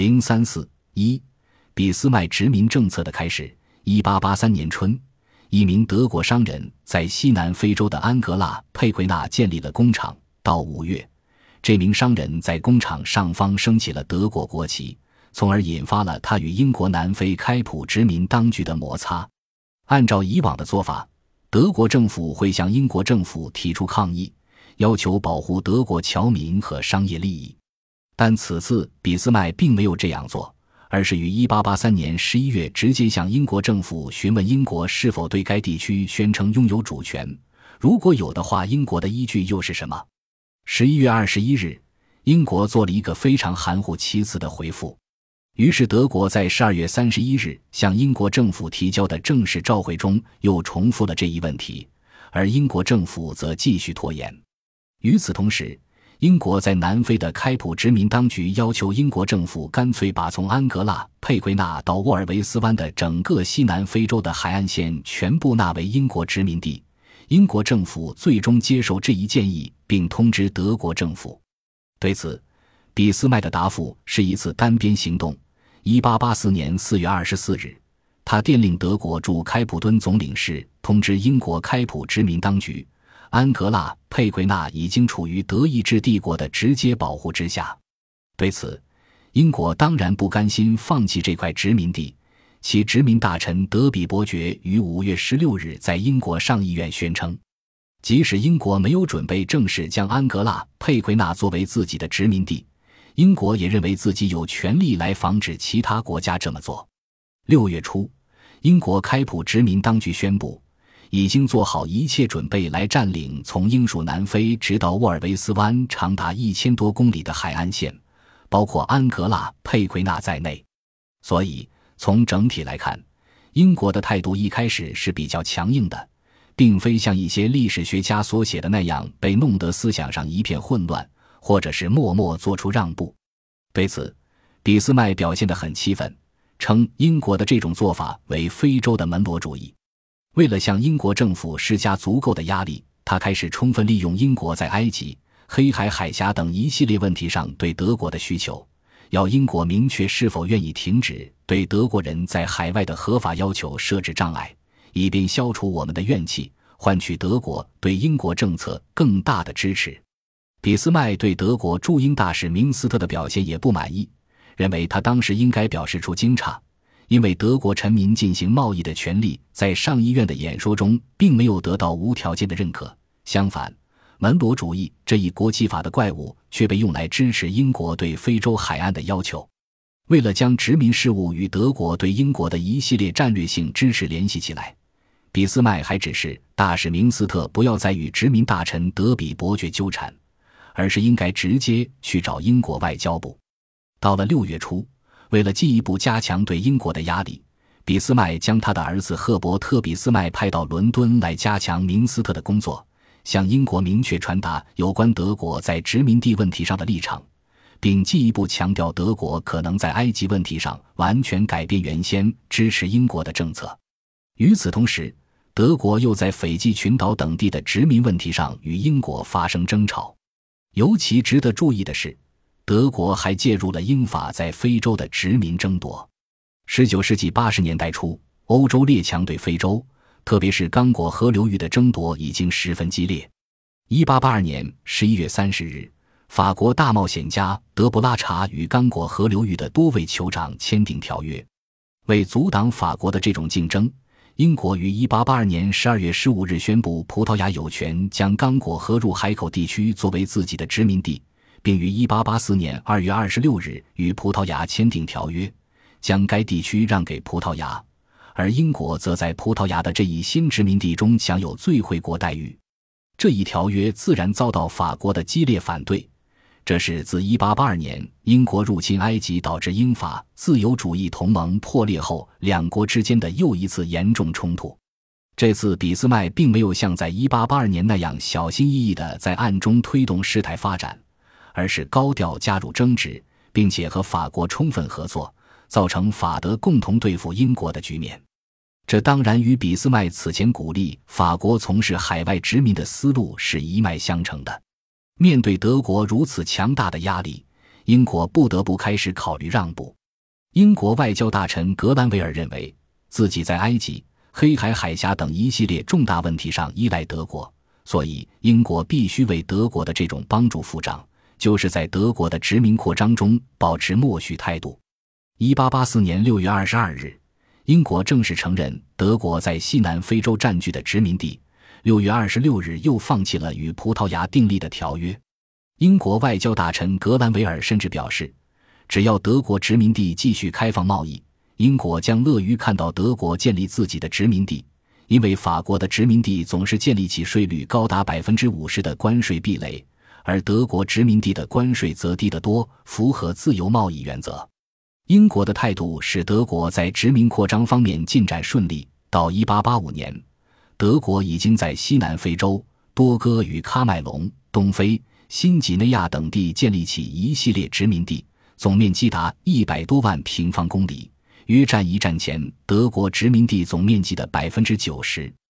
034-1俾斯麦殖民政策的开始。1883年春，一名德国商人在西南非洲的安格拉佩奎纳建立了工厂。到5月，这名商人在工厂上方升起了德国国旗，从而引发了他与英国南非开普殖民当局的摩擦。按照以往的做法，德国政府会向英国政府提出抗议，要求保护德国侨民和商业利益。但此次俾斯麦并没有这样做，而是于1883年11月直接向英国政府询问英国是否对该地区宣称拥有主权，如果有的话，英国的依据又是什么？11月21日，英国做了一个非常含糊其辞的回复。于是德国在12月31日向英国政府提交的正式照会中又重复了这一问题，而英国政府则继续拖延。与此同时，英国在南非的开普殖民当局要求英国政府干脆把从安格拉佩奎纳到沃尔维斯湾的整个西南非洲的海岸线全部纳为英国殖民地。英国政府最终接受这一建议，并通知德国政府。对此，俾斯麦的答复是一次单边行动。1884年4月24日，他电令德国驻开普敦总领事通知英国开普殖民当局，安格拉佩奎纳已经处于德意志帝国的直接保护之下。对此，英国当然不甘心放弃这块殖民地，其殖民大臣德比伯爵于5月16日在英国上议院宣称，即使英国没有准备正式将安格拉佩奎纳作为自己的殖民地，英国也认为自己有权利来防止其他国家这么做。6月初，英国开普殖民当局宣布，已经做好一切准备来占领从英属南非直到沃尔维斯湾长达1000多公里的海岸线，包括安格拉佩奎纳在内。所以从整体来看，英国的态度一开始是比较强硬的，并非像一些历史学家所写的那样被弄得思想上一片混乱，或者是默默做出让步。对此，俾斯麦表现得很气愤，称英国的这种做法为非洲的门罗主义。为了向英国政府施加足够的压力，他开始充分利用英国在埃及、黑海海峡等一系列问题上对德国的需求，要英国明确是否愿意停止对德国人在海外的合法要求设置障碍，以便消除我们的怨气，换取德国对英国政策更大的支持。俾斯麦对德国驻英大使明斯特的表现也不满意，认为他当时应该表示出惊诧，因为德国臣民进行贸易的权利在上议院的演说中并没有得到无条件的认可，相反，门罗主义这一国际法的怪物却被用来支持英国对非洲海岸的要求。为了将殖民事务与德国对英国的一系列战略性支持联系起来，俾斯麦还指示大使明斯特不要再与殖民大臣德比伯爵纠缠，而是应该直接去找英国外交部。到了6月初，为了进一步加强对英国的压力，俾斯麦将他的儿子赫伯特·俾斯麦派到伦敦来加强明斯特的工作，向英国明确传达有关德国在殖民地问题上的立场，并进一步强调德国可能在埃及问题上完全改变原先支持英国的政策。与此同时，德国又在斐济群岛等地的殖民问题上与英国发生争吵。尤其值得注意的是，德国还介入了英法在非洲的殖民争夺。19世纪80年代初，欧洲列强对非洲，特别是刚果河流域的争夺已经十分激烈。1882年11月30日，法国大冒险家德布拉查与刚果河流域的多位酋长签订条约。为阻挡法国的这种竞争，英国于1882年12月15日宣布葡萄牙有权将刚果河入海口地区作为自己的殖民地，并于1884年2月26日与葡萄牙签订条约，将该地区让给葡萄牙，而英国则在葡萄牙的这一新殖民地中享有最惠国待遇。这一条约自然遭到法国的激烈反对，这是自1882年英国入侵埃及导致英法自由主义同盟破裂后两国之间的又一次严重冲突。这次俾斯麦并没有像在1882年那样小心翼翼地在暗中推动事态发展，而是高调加入争执，并且和法国充分合作，造成法德共同对付英国的局面。这当然与俾斯麦此前鼓励法国从事海外殖民的思路是一脉相承的。面对德国如此强大的压力， 英国不得不开始考虑让步。英国外交大臣格兰维尔认为自己在埃及、黑海海峡等一系列重大问题上依赖德国，所以英国必须为德国的这种帮助付账，就是在德国的殖民扩张中保持默许态度。1884年6月22日，英国正式承认德国在西南非洲占据的殖民地，6月26日又放弃了与葡萄牙订立的条约。英国外交大臣格兰维尔甚至表示，只要德国殖民地继续开放贸易，英国将乐于看到德国建立自己的殖民地，因为法国的殖民地总是建立起税率高达 50% 的关税壁垒，而德国殖民地的关税则低得多，符合自由贸易原则。英国的态度使德国在殖民扩张方面进展顺利，到1885年，德国已经在西南非洲、多哥与喀麦隆、东非、新几内亚等地建立起一系列殖民地，总面积达100多万平方公里，约占一战前德国殖民地总面积的 90%。